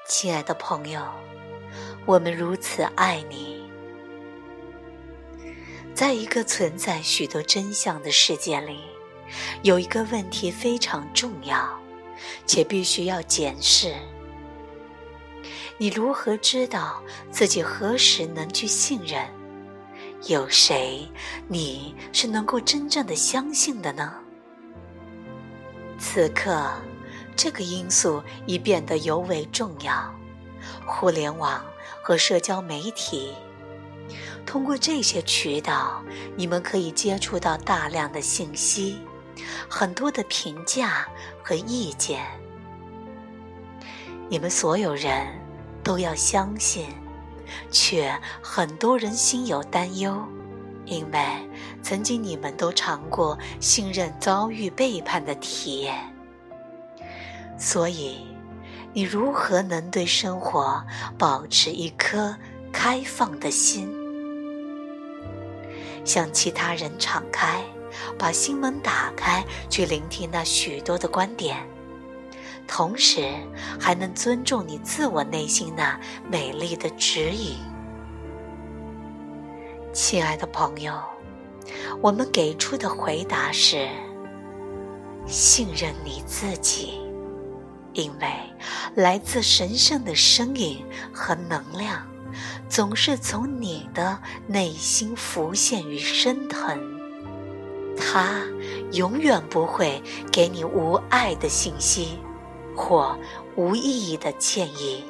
亲爱的朋友，我们如此爱你。在一个存在许多真相的世界里，有一个问题非常重要，且必须要检视。你如何知道自己何时能去信任？有谁你是能够真正的相信的呢？此刻，这个因素已变得尤为重要。互联网和社交媒体，通过这些渠道，你们可以接触到大量的信息，很多的评价和意见。你们所有人都要相信，却很多人心有担忧，因为曾经你们都尝过信任遭遇背叛的体验。所以你如何能对生活保持一颗开放的心，向其他人敞开，把心门打开，去聆听那许多的观点，同时还能尊重你自我内心那美丽的指引。亲爱的朋友，我们给出的回答是：信任你自己，因为来自神圣的声音和能量总是从你的内心浮现与升腾，它永远不会给你无爱的信息或无意义的建议。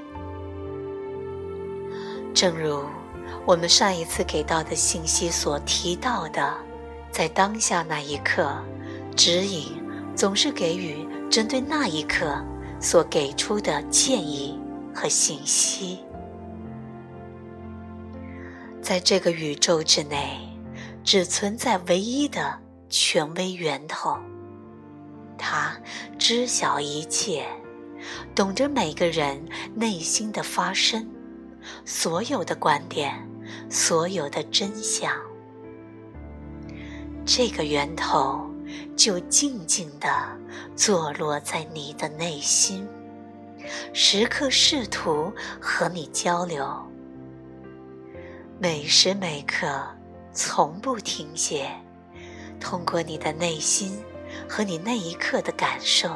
正如我们上一次给到的信息所提到的，在当下那一刻，指引总是给予针对那一刻所给出的建议和信息。在这个宇宙之内，只存在唯一的权威源头，它知晓一切，懂着每个人内心的发生，所有的观点，所有的真相。这个源头就静静地坐落在你的内心，时刻试图和你交流，每时每刻从不停歇，通过你的内心和你那一刻的感受。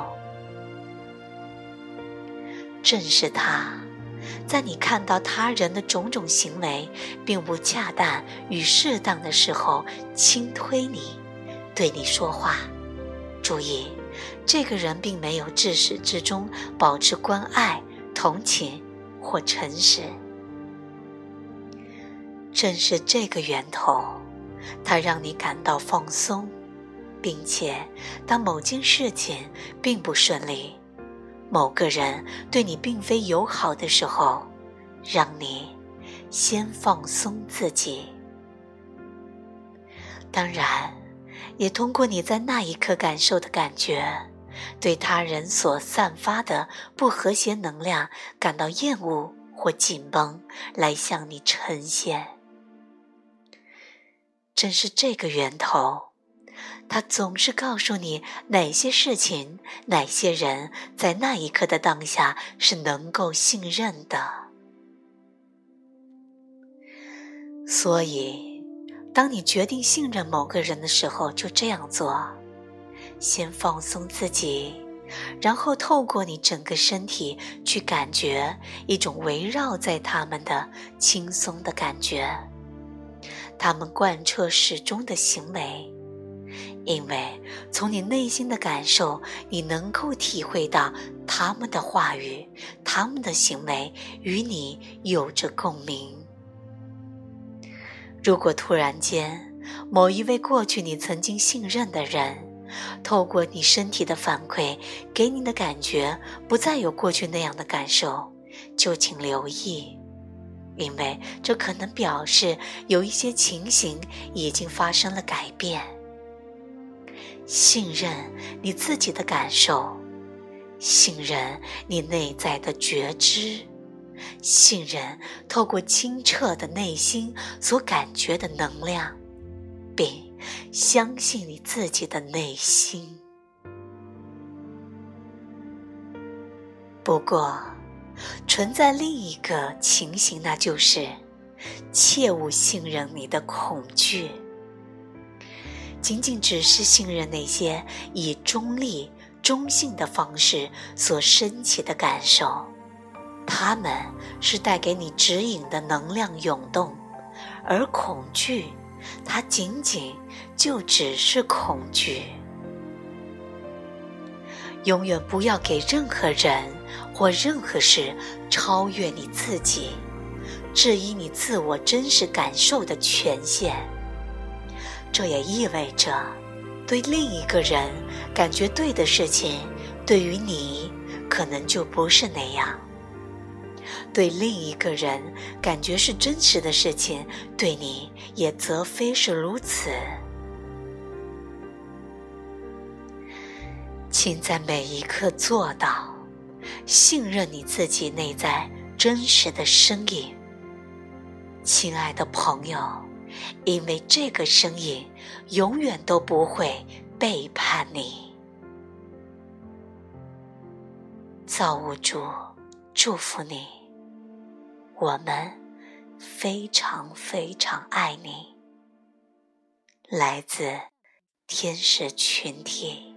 正是它，在你看到他人的种种行为并不恰当与适当的时候，轻推你，对你说话。注意，这个人并没有至始至终保持关爱、同情或诚实。正是这个源头，它让你感到放松，并且当某件事情并不顺利，某个人对你并非友好的时候，让你先放松自己。当然，也通过你在那一刻感受的感觉，对他人所散发的不和谐能量感到厌恶或紧绷，来向你呈现。正是这个源头，它总是告诉你哪些事情、哪些人在那一刻的当下是能够信任的。所以，当你决定信任某个人的时候，就这样做，先放松自己，然后透过你整个身体去感觉一种围绕在他们的轻松的感觉，他们贯彻始终的行为。因为从你内心的感受，你能够体会到他们的话语，他们的行为与你有着共鸣。如果突然间某一位过去你曾经信任的人，透过你身体的反馈给你的感觉不再有过去那样的感受，就请留意，因为这可能表示有一些情形已经发生了改变。信任你自己的感受，信任你内在的觉知，信任透过清澈的内心所感觉的能量，并相信你自己的内心。不过， 存在另一个情形，那就是切勿信任你的恐惧。仅仅只是信任那些以中立、中性的方式所升起的感受，它们是带给你指引的能量涌动，而恐惧，它仅仅就只是恐惧。永远不要给任何人或任何事超越你自己，质疑你自我真实感受的权限。这也意味着，对另一个人感觉对的事情，对于你可能就不是那样；对另一个人感觉是真实的事情，对你也则非是如此。请在每一刻做到信任你自己内在真实的声音，亲爱的朋友，因为这个声音永远都不会背叛你。造物主祝福你，我们非常非常爱你。来自天使群体。